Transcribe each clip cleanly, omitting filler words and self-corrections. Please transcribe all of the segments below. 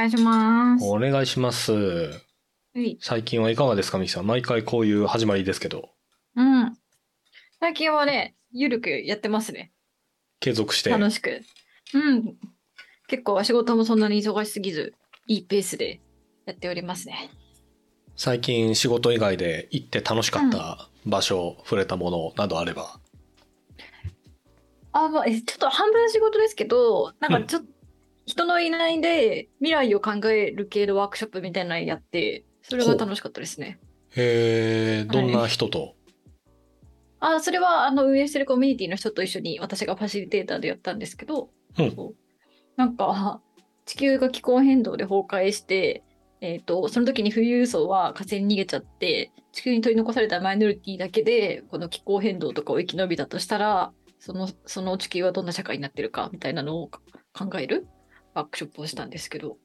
いします。 お願いします。 はい。 最近はいかがですか、ミキさん。毎回こういう始まりですけど、 うん。最近はね、ゆるくやってますね。 継続して。 楽しく。うん。結構仕事もそんなに忙しすぎず、いいペースでやっておりますね。 最近仕事以外で行って楽しかうん。 った場所、触れたものなどあれば。 まあ、ちょっと半分仕事ですけど、なんうん。 かちょっと人のいないで未来を考える系のワークショップみたいなのやって、それがほう。 楽しかったですね。 どんなはい。 人と？ それは運営してるコミュニティの人と一緒に私がファシリテーターでやったんですけど、 うん。 そうなんか、地球が気候変動で崩壊して、その時に富裕層は火星に逃げちゃって、地球に取り残されたマイノリティだけで、この気候変動とかを生き延びたとしたら、その地球はどんな社会になってるかみたいなのを考えるワークショップをしたんですけど。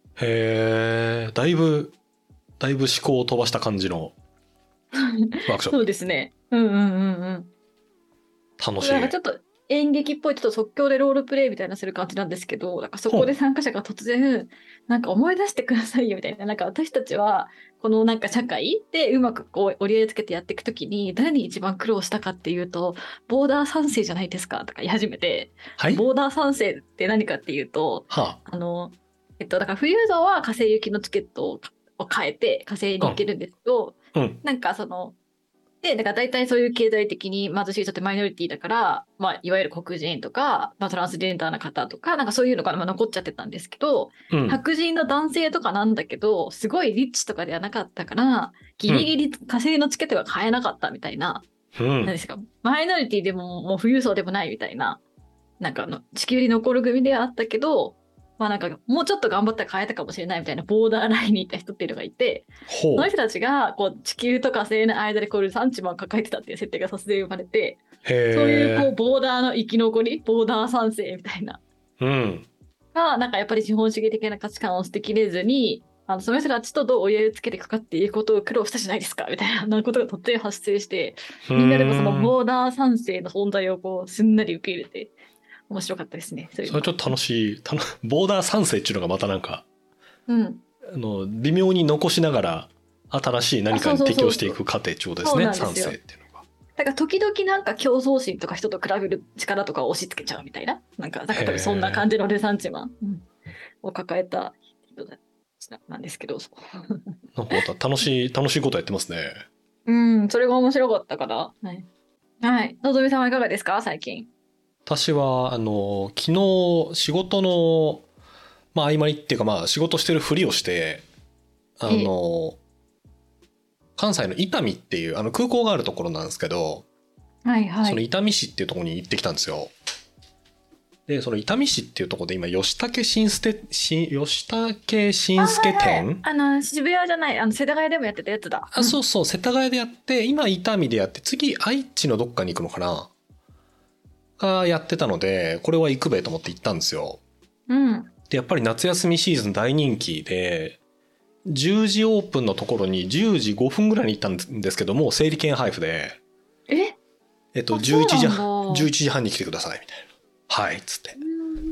だいぶ思考を飛ばした感じのそうワークショップ。 ですね。うんうんうんうん。 楽しい。 なんかちょっと演劇っぽい、ちょっと即興でロールプレイみたいなする感じなんですけど、なんかそこでほう。 参加者が突然、なんか思い出してくださいよみたいな、なんか私たちは、このなんか社会でうまくこう折り合いつけてやっていくときに、誰に一番苦労したかっていうと、ボーダー賛成じゃないですかとか言い始めて、 はい。 ボーダー賛成って何かっていうと、 はだから富裕層は火星行きのチケットを変えて火星に行あ。 けるんですけど、 うん。うん。 なんかだから大体そういう経済的に貧しい人ってマイノリティだから、まあ、いわゆる黒人とか、まあ、トランスジェンダーな方とか、なんかそういうのがまあ残っちゃってたんですけど、 うん。 白人の男性とかなんだけど、すごいリッチとかではなかったから、ギうん。 リギリ火星のチケットが買えなかったみたいな、 うん。 なんですか、マイノリティでももう富裕層でもないみたいな、なんか地球に残る組ではあったけど、まあなんかもうちょっと頑張ったら変えたかもしれないみたいなボーダーラインにいた人っていうのがいて、そのほう。 人たちがこう地球と火星の間でこう産地も抱えてたっていう設定が突然生まれて、そういうこうへえ。 ボーダーの生き残り、ボーダー賛成みたいなうん。 が、なんかやっぱり資本主義的な価値観を捨てきれずに、その人たちとどう折り合いをつけていくかっていうことを苦労したじゃないですかみたいなことが突然発生して、 うみんなでもそのーん。 ボーダー賛成の存在をこうすんなり受け入れて、面白かったですね、そういうのが。 それちょっと楽しい。ボーダー3世っていうのがまたなんか、 うん。 微妙に残しながら、新しい何かそうそうに適応そうそう。 していく過程ってことですそうね。3世っなんですよ。 ていうのが。 だから時々なんか競争心とか人と比べる力とかを押し付けちゃうみたいな。なんか多分そんな感へえ。 じのルサンチマン、を抱えた人なんですけど。 なんかまた楽しいことやってますね。 うん、それが面白かったから。はい。はい。のぞみさんはいかがですか最近？ 私は、昨日仕事の、まあ合間にっていうかまあ仕事してるふりをして、あええ。 の、関西の伊丹っていう空港があるところなんですけど、そのはいはい。 伊丹市っていうところに行ってきたんですよ。で、その伊丹市っていうところで今、吉武はいはい。 店渋谷じゃない、世田谷でもやってたやつだ。 あ、そうそう、世田谷でやって、今伊丹でやって、次愛知のどっかに行くのかながやってたので、これは行くべと思って行ったんですよ。 うん。 で、やっぱり夏休みシーズン大人気で、10時オープンのところに10時5分ぐらいに行ったんですけども、整理券配布で、 え 11 そうなんだ。 時、1時半に来てください、みたいな。はい、つって。 うん。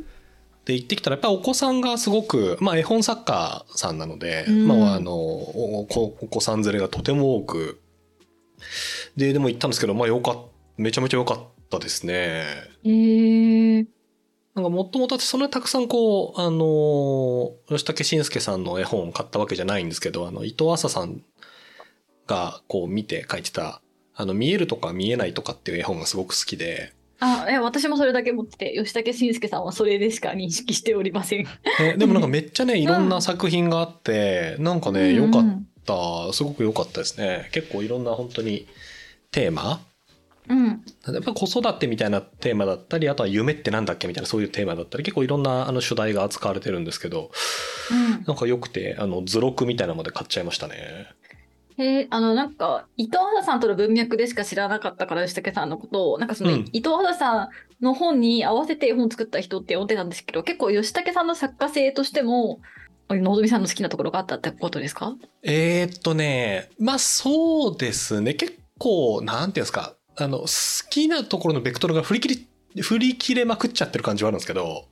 で、行ってきたら、やっぱりお子さんがすごく、まあ絵本作家さんなので、 うまあん。 お子さん連れがとても多く、でも行ったんですけど、まあめちゃめちゃ良かったですね。 ええ。 なんかもともとそんなにたくさんこう、吉武慎介さんの絵本を買ったわけじゃないんですけど、伊藤浅さんがこう見て書いてた、見えるとか見えないとかっていう絵本がすごく好きで、 私もそれだけ持ってて、吉武慎介さんはそれでしか認識しておりません。 でもなんかめっちゃね、いろんなうん。 作品があって、なんかうね、良かっんた、すごく良かったですね。結構いろんな本当にテーマうん。うん。 やっぱ子育てみたいなテーマだったり、あとは夢ってなんだっけみたいなそういうテーマだったり、結構いろんな主題が扱われてるんですけど、 うん。 なんか良くて、図録みたいなのまで買っちゃいましたね。 なんか、伊藤原さんとの文脈でしか知らなかったから、吉武さんのことを、なんかその、伊うん。 藤原さんの本に合わせて絵本作った人って呼んでたんですけど、結構吉武さんの作家性としても、のぞみさんの好きなところがあったってことですか？ まあそうですね。結構、なんていうんですか、好きなところのベクトルが振り切れまくっちゃってる感じはあるんですけど、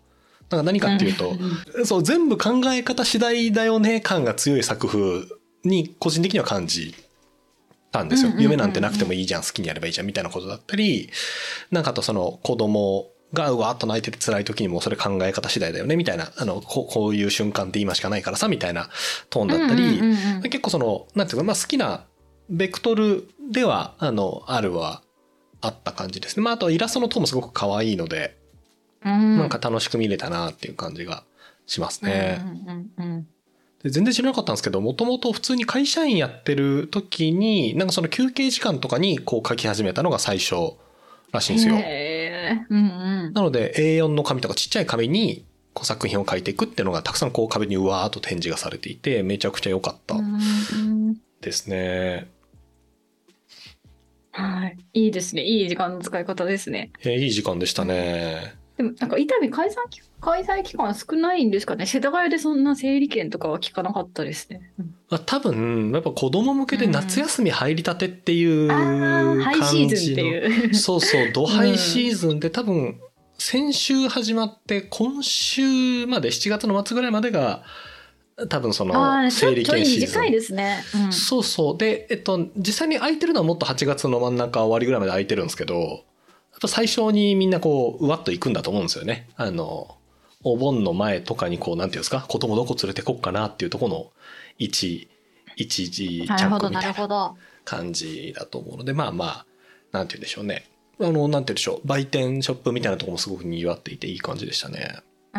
なんか何かっていうと、そう全部考え方次第だよね感が強い作風に個人的には感じたんですよ。夢なんてなくてもいいじゃん、好きにやればいいじゃんみたいなことだったり、なんかあとその子供がうわーっと泣いてて辛い時にもそれ考え方次第だよねみたいな、こういう瞬間って今しかないからさみたいなトーンだったり、結構そのなんていうか、まあ好きなベクトルではあるはあった感じですね。まああとイラストのトーンもすごく可愛いので、なんか楽しく見れたなっていう感じがしますね。で全然知らなかったんですけど、もともと普通に会社員やってる時になんかその休憩時間とかにこう書き始めたのが最初らしいんですよ。なので A4 の紙とかちっちゃい紙にこう作品を書いていくっていうのがたくさんこう壁にうわーっと展示がされていて、めちゃくちゃ良かったですね。 はい、いいですね。いい時間の使い方ですね。 いい時間でしたね。 でもなんか伊丹開催期間少ないんですかね。世田谷でそんな整理券とかは聞かなかったですね。 多分やっぱ子供向けで夏休み入りたてっていうハイシーズンっていうそうそうドハイシーズンで、多分先週始まって今週まで7月の末ぐらいまでが多分その整理券シーズン。 短いですね。 そうそうで実際に空いてるのはもっと8月の真ん中終わりぐらいまで空いてるんですけど、やっぱ最初にみんなこううわっと行くんだと思うんですよね。お盆の前とかにこうなんていうんですか、子供どこ連れてこっかなっていうところの一時着みたいな感じだと思うので、まあまあなんていうんでしょうね。なんていうんでしょう、売店ショップみたいなところもすごく賑わっていていい感じでしたね。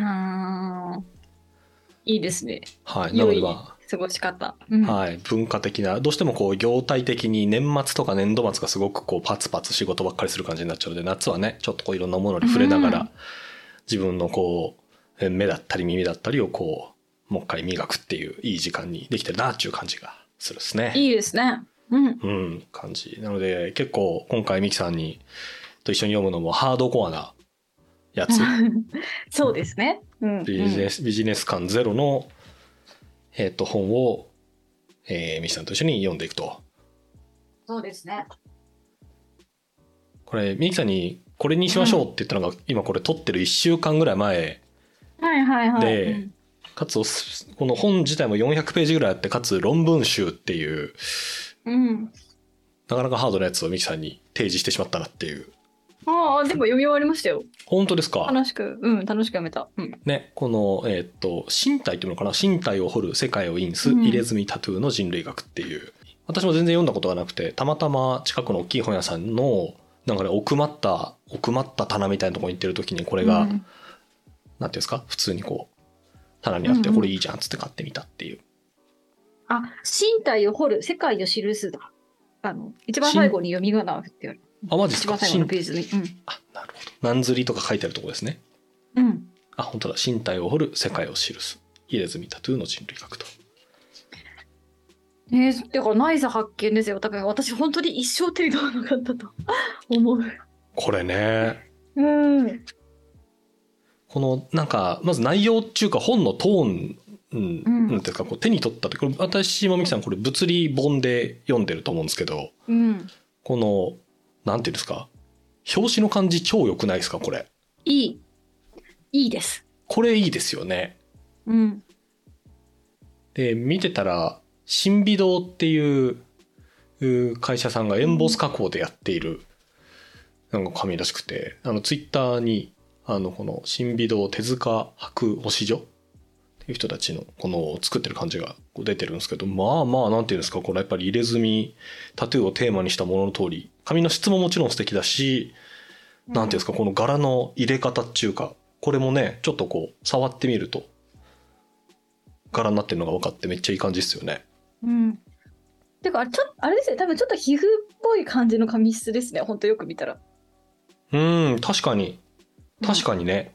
いいですね。 はい。なのでまあ過ごし方、 はい、文化的な、どうしてもこう業態的に年末とか年度末がすごくこうパツパツ仕事ばっかりする感じになっちゃうので、夏はねちょっとこういろんなものに触れながら、自分のこう目だったり耳だったりをこうもう一回磨くっていういい時間にできてるなっていう感じがするですね。 いいですね。 感じなので、結構今回ミキさんにと一緒に読むのもハードコアなやつそうですね、 ビジネス感ゼロの本をミキさんと一緒に読んでいくと。 そうですね。 これミキさんにこれにしましょうって言ったのが、今これ撮ってる1週間ぐらい前で、かつこの本自体も400ページぐらいあって、かつ論文集っていう、なかなかハードなやつをミキさんに提示してしまったなっていう。 でも読み終わりましたよ。 本当ですか？ 楽しく読めた。 ね、この身体っていうのかな、身体を彫る世界を印す入れ墨タトゥーの人類学っていう、私も全然読んだことがなくて、たまたま近くの大きい本屋さんのなんかね、奥まった棚みたいなところに行ってる時にこれが、なんていうんですか、普通にこう棚にあって、これいいじゃんっつって買ってみたっていう。 身体を彫る世界を記すだ。一番最後に読み仮名を振ってある。 マジですか？ 一番最後のページに。 なるほど。何釣りとか書いてあるとこですね。本当だ。身体を彫る世界を記す入れ墨タトゥーの人類学と。 だからナイス発見ですよ。だから私本当に一生手に取らなかったと思う。 これね。このなんかまず内容っていうか本のトーン、なんていうかこう手に取ったって、これ私もミキさんこれ物理本で読んでると思うんですけど、このなんていうんですか、表紙の感じ超良くないですか？これいいです。 これいいですよね。で見てたら新美堂っていう会社さんがエンボス加工でやっているなんか紙らしくて、ツイッターにこの新美堂手塚博星所っていう人たちのこの作ってる感じが出てるんですけど、まあなんていうんですか、これやっぱり入れ墨タトゥーをテーマにしたものの通り、紙の質ももちろん素敵だし、なんていうんですか、この柄の入れ方っていうか、これもねちょっとこう触ってみると柄になってるのが分かってめっちゃいい感じですよね。 てかあれですね、多分ちょっと皮膚っぽい感じの紙質ですね、本当よく見たら。 確かにね。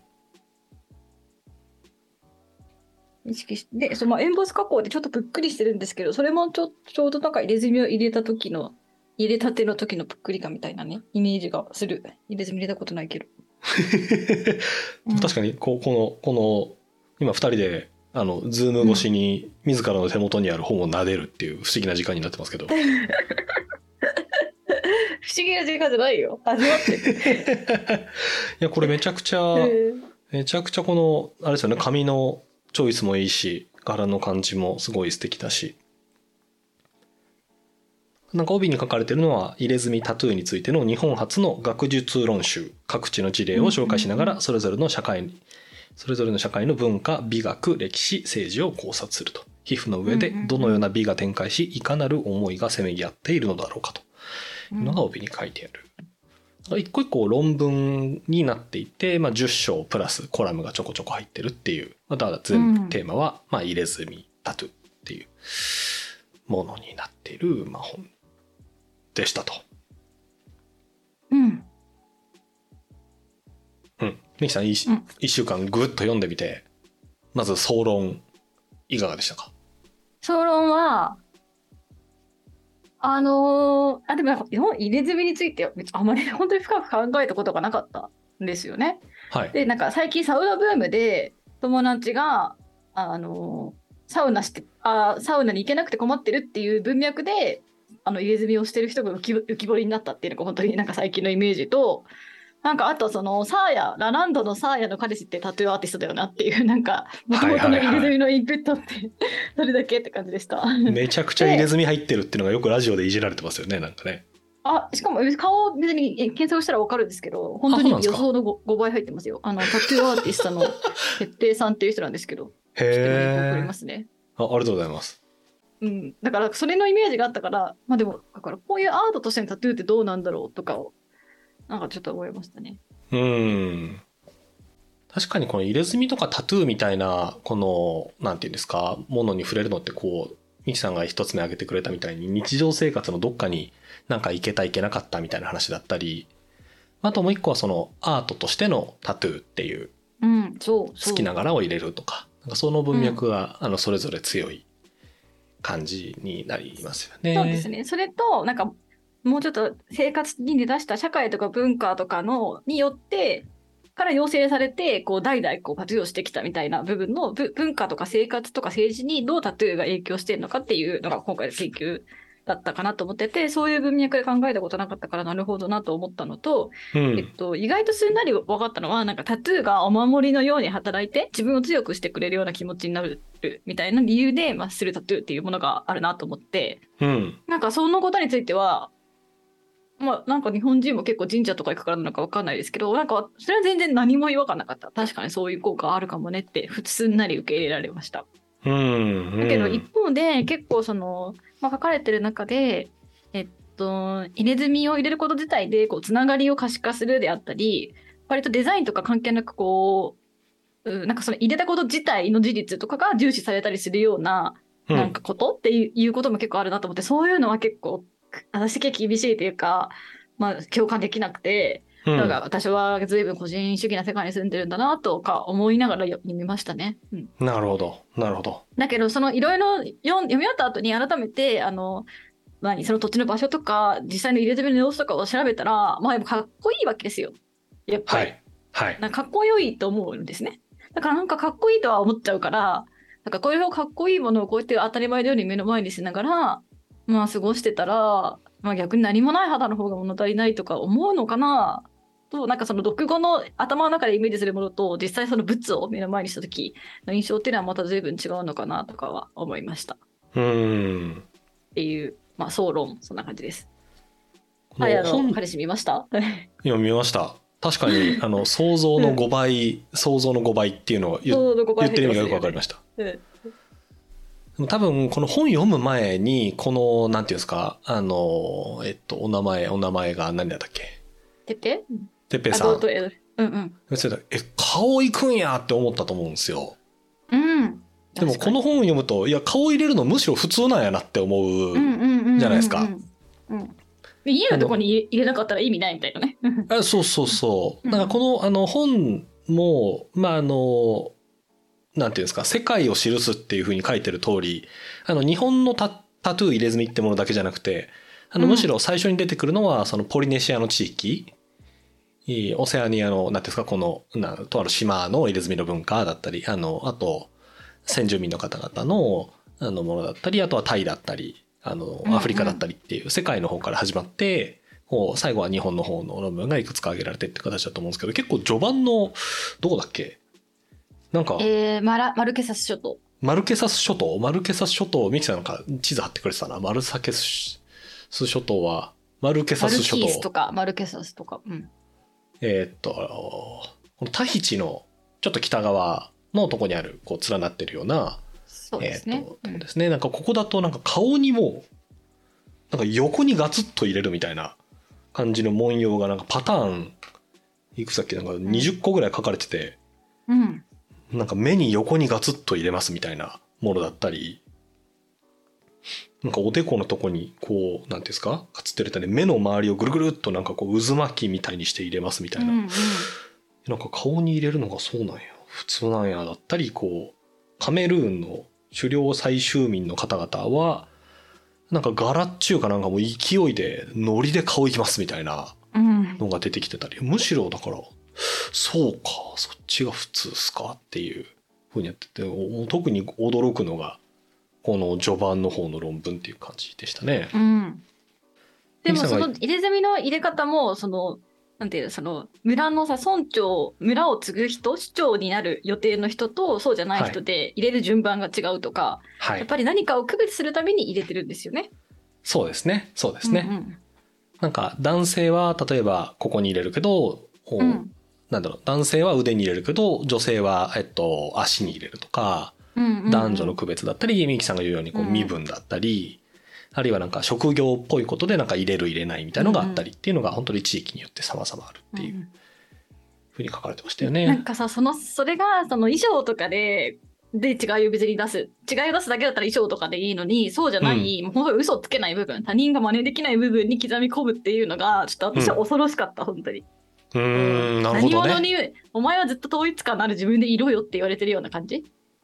意識して、でエンボス加工でちょっとぷっくりしてるんですけど、それもちょうどなんか入れ墨を入れたての時のぷっくり感みたいなね、イメージがする。入れ墨入れたことないけど。 確かにこの今2人でズーム越しに自らの手元にある本を撫でるっていう不思議な時間になってますけど。不思議な時間じゃないよ。味わってる。 いやこれめちゃくちゃ、 めちゃくちゃこの、あれですよね、紙のチョイスもいいし、柄の感じもすごい素敵だし。なんか帯に書かれてるのは入れ墨タトゥーについての日本初の学術論集、各地の事例を紹介しながらそれぞれの社会の文化、美学、歴史、政治を考察すると。皮膚の上でどのような美が展開し、いかなる思いがせめぎ合っているのだろうかというのが帯に書いてある。一個一個論文になっていて、10章プラスコラムがちょこちょこ入ってるっていう。だから全部テーマは、入れ墨タトゥーっていうものになっている、本でしたと。ミキさん、一週間ぐっと読んでみて、まず総論いかがでしたか？ 総論はでもなんか入れ墨についてあまり本当に深く考えたことがなかったんですよね。 はい。 でなんか最近サウナブームで友達がサウナに行けなくて困ってるっていう文脈で入れ墨をしてる人が浮き彫りになったっていうのが本当になんか最近のイメージと、なんかあとそのラランドのサーヤの彼氏ってタトゥーアーティストだよなっていう、なんか元々の入れ墨のインプットってそれだけって感じでした。 めちゃくちゃ入れ墨入ってるっていうのがよくラジオでいじられてますよね、なんかね。 しかも顔別に検索したら分かるんですけど、本当に予想の 5倍入ってますよ。タトゥーアーティストの徹底さんっていう人なんですけど、ちょっとリンク送りますね。 ありがとうございます。 だからそれのイメージがあったから、でもだからこういうアートとしてのタトゥーってどうなんだろうとかをなんかちょっと思いましたね。 確かにこの入れ墨とかタトゥーみたいなこのなんていうんですか、ものに触れるのってこうミキさんが一つ目挙げてくれたみたいに日常生活のどっかになんか行けた行けなかったみたいな話だったり、あともう一個はそのアートとしてのタトゥーっていう、好きな柄を入れるとか、なんかその文脈がそれぞれ強い感じになりますよね。 そうですね。それとなんかもうちょっと生活に出した社会とか文化とかによってから要請されてこう代々こう活用してきたみたいな部分の文化とか生活とか政治にどうタトゥーが影響してるのかっていうのが今回の研究だったかなと思ってて、そういう文脈で考えたことなかったからなるほどなと思ったのと、意外とすんなり分かったのは、なんかタトゥーがお守りのように働いて自分を強くしてくれるような気持ちになるみたいな理由でするタトゥーっていうものがあるなと思って、なんかそのことについてはなんか日本人も結構神社とか行くからなのか分かんないですけど、なんかそれは全然何も違和感なかった。確かにそういう効果あるかもねって普通なり受け入れられました。だけど一方で結構その、書かれてる中で入れ墨を入れること自体でこうつながりを可視化するであったり、割とデザインとか関係なくこうなんかその入れたこと自体の事実とかが重視されたりするようななんかことっていうことも結構あるなと思って、そういうのは結構私結構厳しいというか、共感できなくて、だから私は随分個人主義な世界に住んでるんだなとか思いながら読みましたね。 なるほどなるほど。 だけどそのいろいろ読み終わった後に改めてその土地の場所とか実際の入れ墨の様子とかを調べたら、やっぱかっこいいわけですよ。やっぱり、なんかかっこよいと思うんですね。だからなんかかっこいいとは思っちゃうから、なんかこれをかっこいいものをこうやって当たり前のように目の前にしながら過ごしてたら、逆に何もない肌の方が物足りないとか思うのかなと、なんかその読語の頭の中でイメージするものと実際その物を目の前にした時の印象っていうのはまた随分違うのかなとかは思いました。っていう、総論そんな感じです。彼氏見ました？ 今見ました。確かに想像の5倍、想像の5倍っていうのを言ってる意味がよく分かりました。多分この本読む前にこのなんていうんですかお名前が何だったっけ？てっぺさん。顔いくんやって思ったと思うんですよ。でもこの本を読むといや顔入れるのむしろ普通なんやなって思うじゃないですか。 家のとこに入れなかったら意味ないみたいなね。 そうだからこの本もなんていうんですか、世界を記すっていう風に書いてる通り、日本のタトゥー入れ墨ってものだけじゃなくて、むしろ最初に出てくるのはそのポリネシアの地域、オセアニアのなんていうんですか、このとある島の入れ墨の文化だったり、あと先住民の方々のものだったり、あとはタイだったり、アフリカだったりっていう世界の方から始まって、最後は日本の方の論文がいくつか挙げられてって形だと思うんですけど、結構序盤のどこだっけ、 なんか、 マルケサス諸島。 マルケサス諸島ミキさんなんか地図貼ってくれてたな。マルサケス諸島は、マルケサス諸島。 マルキースとか、マルケサスとか。うん。 このタヒチのちょっと北側のとこにある、こう連なってるような、 そうですね。 とこですね。なんかここだとなんか顔にも、なんか横にガツッと入れるみたいな感じの文様がなんかパターン、いくつだっけ、なんか20個ぐらい書かれてて、 うん。 なんか目に横にガツッと入れますみたいなものだったり、なんかおでこのとこにこう、なんていうんですか、かつってるたね、目の周りをぐるぐるっとなんかこう渦巻きみたいにして入れますみたいな。 うんうん、 なんか顔に入れるのがそうなんや、普通なんやだったり、こう、カメルーンの狩猟採集民の方々は、なんか柄っちゅうかなんかもう勢いでノリで顔いきますみたいなのが出てきてたり、むしろだから、そうか、そっちが普通っすかっていうふうにやってて、特に驚くのが、この序盤の方の論文っていう感じでしたね。 うん。でもその入れ墨の入れ方も、その、なんていうの、その村のさ、村長、村を継ぐ人、市長になる予定の人とそうじゃない人で入れる順番が違うとか、はい、やっぱり何かを区別するために入れてるんですよね。 そうですね。そうですね。うんうん、なんか男性は例えばここに入れるけど、うん、なんだろう、男性は腕に入れるけど女性は足に入れるとか、男女の区別だったり、ミキさんが言うようにこう身分だったり、あるいはなんか職業っぽいことでなんか入れる入れないみたいなのがあったりっていうのが本当に地域によって様々あるっていうふうに書かれてましたよね。 なんかさ、それがその衣装とかで違いを別に出す。違いを出すだけだったら衣装とかでいいのに、そうじゃない、もう本当に嘘つけない部分、他人が真似できない部分に刻み込むっていうのが、ちょっと私は恐ろしかった、本当に。 なるほどね。 何者に、お前はずっと統一感のある自分でいろよって言われてるような感じ。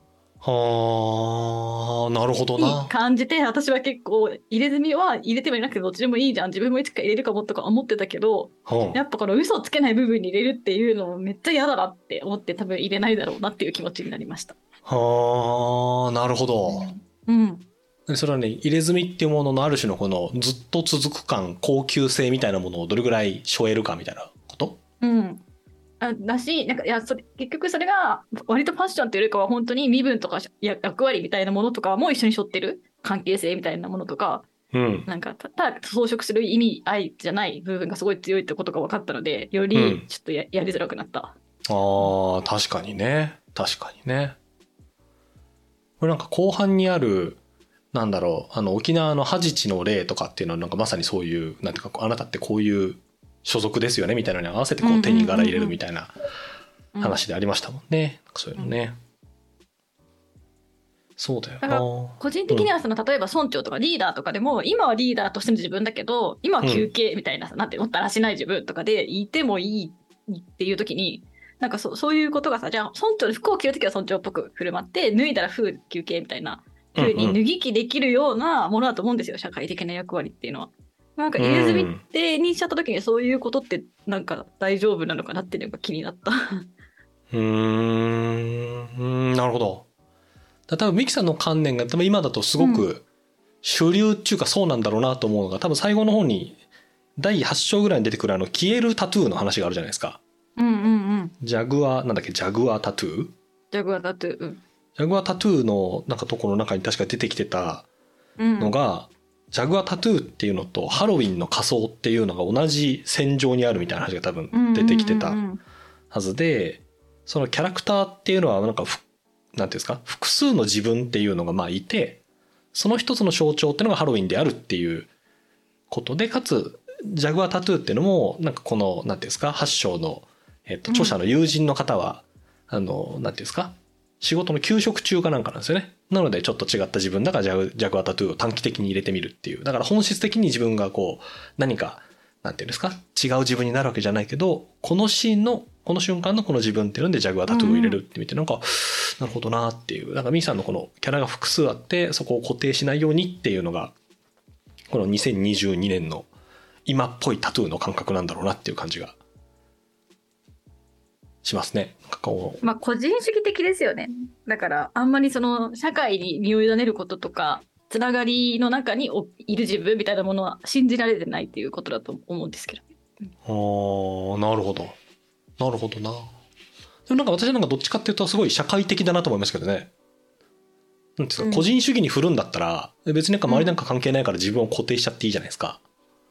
はあ、なるほどな。 感じて、私は結構入れ墨は入れてもいなくてどっちでもいいじゃん、自分もいつか入れるかもとか思ってたけど、やっぱこの嘘をつけない部分に入れるっていうのもめっちゃ嫌だなって思って、多分入れないだろうなっていう気持ちになりました。 はあ、なるほど。 うん。 それはね、入れ墨っていうもののある種のこのずっと続く感、高級性みたいなものをどれぐらい背負えるかみたいなこと？ うん。だし、なんか、いや、結局それが割とファッションというよりかは本当に身分とか役割みたいなものとかも一緒に背負ってる関係性みたいなものとか、なんかただ装飾する意味合いじゃない部分がすごい強いってことが分かったので、よりちょっとやりづらくなった。 ああ、確かにね。確かにね。これなんか後半にある、なんだろう、沖縄のハジチの例とかっていうのはなんかまさにそういう、なんていうか、あなたってこういう所属ですよねみたいなのに合わせてこう手に柄入れるみたいな話でありましたもんね。そういうのね。そうだよな。 個人的には例えば村長とかリーダーとかでも、今はリーダーとしての自分だけど、今は休憩みたいな、なんていうの、だらしない自分とかでいてもいいっていう時に、なんかそういうことがさ、じゃあ村長で服を着るときは村長っぽく振る舞って、脱いだら休憩みたいな風に脱ぎ着できるようなものだと思うんですよ、社会的な役割っていうのは。なんか入れ墨ってにしちゃった時にそういうことってなんか大丈夫なのかなっていうのが気になった。 なるほど。多分ミキさんの観念が多分今だとすごく主流っていうかそうなんだろうなと思うのが、多分最後の方に第8章ぐらいに出てくる消えるタトゥーの話があるじゃないですか。ジャグアタトゥー？ ジャグアタトゥー。 ジャグアタトゥーのなんかところの中に確か出てきてたのが、ジャグアタトゥーっていうのとハロウィンの仮装っていうのが同じ戦場にあるみたいな話が多分出てきてたはずで、そのキャラクターっていうのはなんかなんていうんですか、複数の自分っていうのがまあいて、その一つの象徴っていうのがハロウィンであるっていうことで、かつジャグアタトゥーっていうのもなんかこのなんていうんですか、8章の著者の友人の方はなんていうんですか、仕事の休職中かなんかなんですよね。なのでちょっと違った自分だからジャグアタトゥーを短期的に入れてみるっていう。だから本質的に自分がこう何かなんていうんですか、違う自分になるわけじゃないけど、このシーンのこの瞬間のこの自分っていうのでジャグアタトゥーを入れるって見て、なんかなるほどなっていう。なんかミーさんのこのキャラが複数あってそこを固定しないようにっていうのがこの2022年の今っぽいタトゥーの感覚なんだろうなっていう感じがしますね。 まあ個人主義的ですよね。だからあんまりその社会に身を委ねることとかつながりの中にいる自分みたいなものは信じられてないっていうことだと思うんですけど。 なるほど。なるほどな。 でもなんか私はなんかどっちかっていうとすごい社会的だなと思いますけどね。なんていうか個人主義に振るんだったら別になんか周りなんか関係ないから自分を固定しちゃっていいじゃないですか。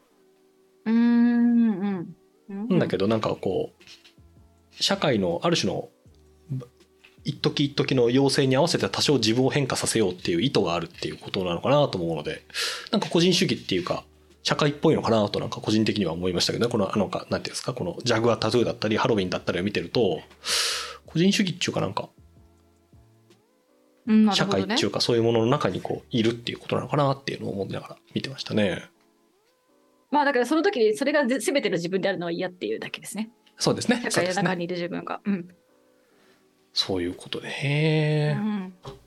なんだけどなんかこう社会のある種の一時一時の要請に合わせて多少自分を変化させようっていう意図があるっていうことなのかなと思うので、なんか個人主義っていうか社会っぽいのかなとなんか個人的には思いましたけどね。このなんていうんですか、このジャグアタトゥーだったりハロウィンだったりを見てると個人主義っていうかなんか社会っていうかそういうものの中にこういるっていうことなのかなっていうのを思いながら見てましたね。 まあだからその時にそれが全ての自分であるのは嫌っていうだけですね。 そうですね。 社会の中にいる自分が。 そういうことで、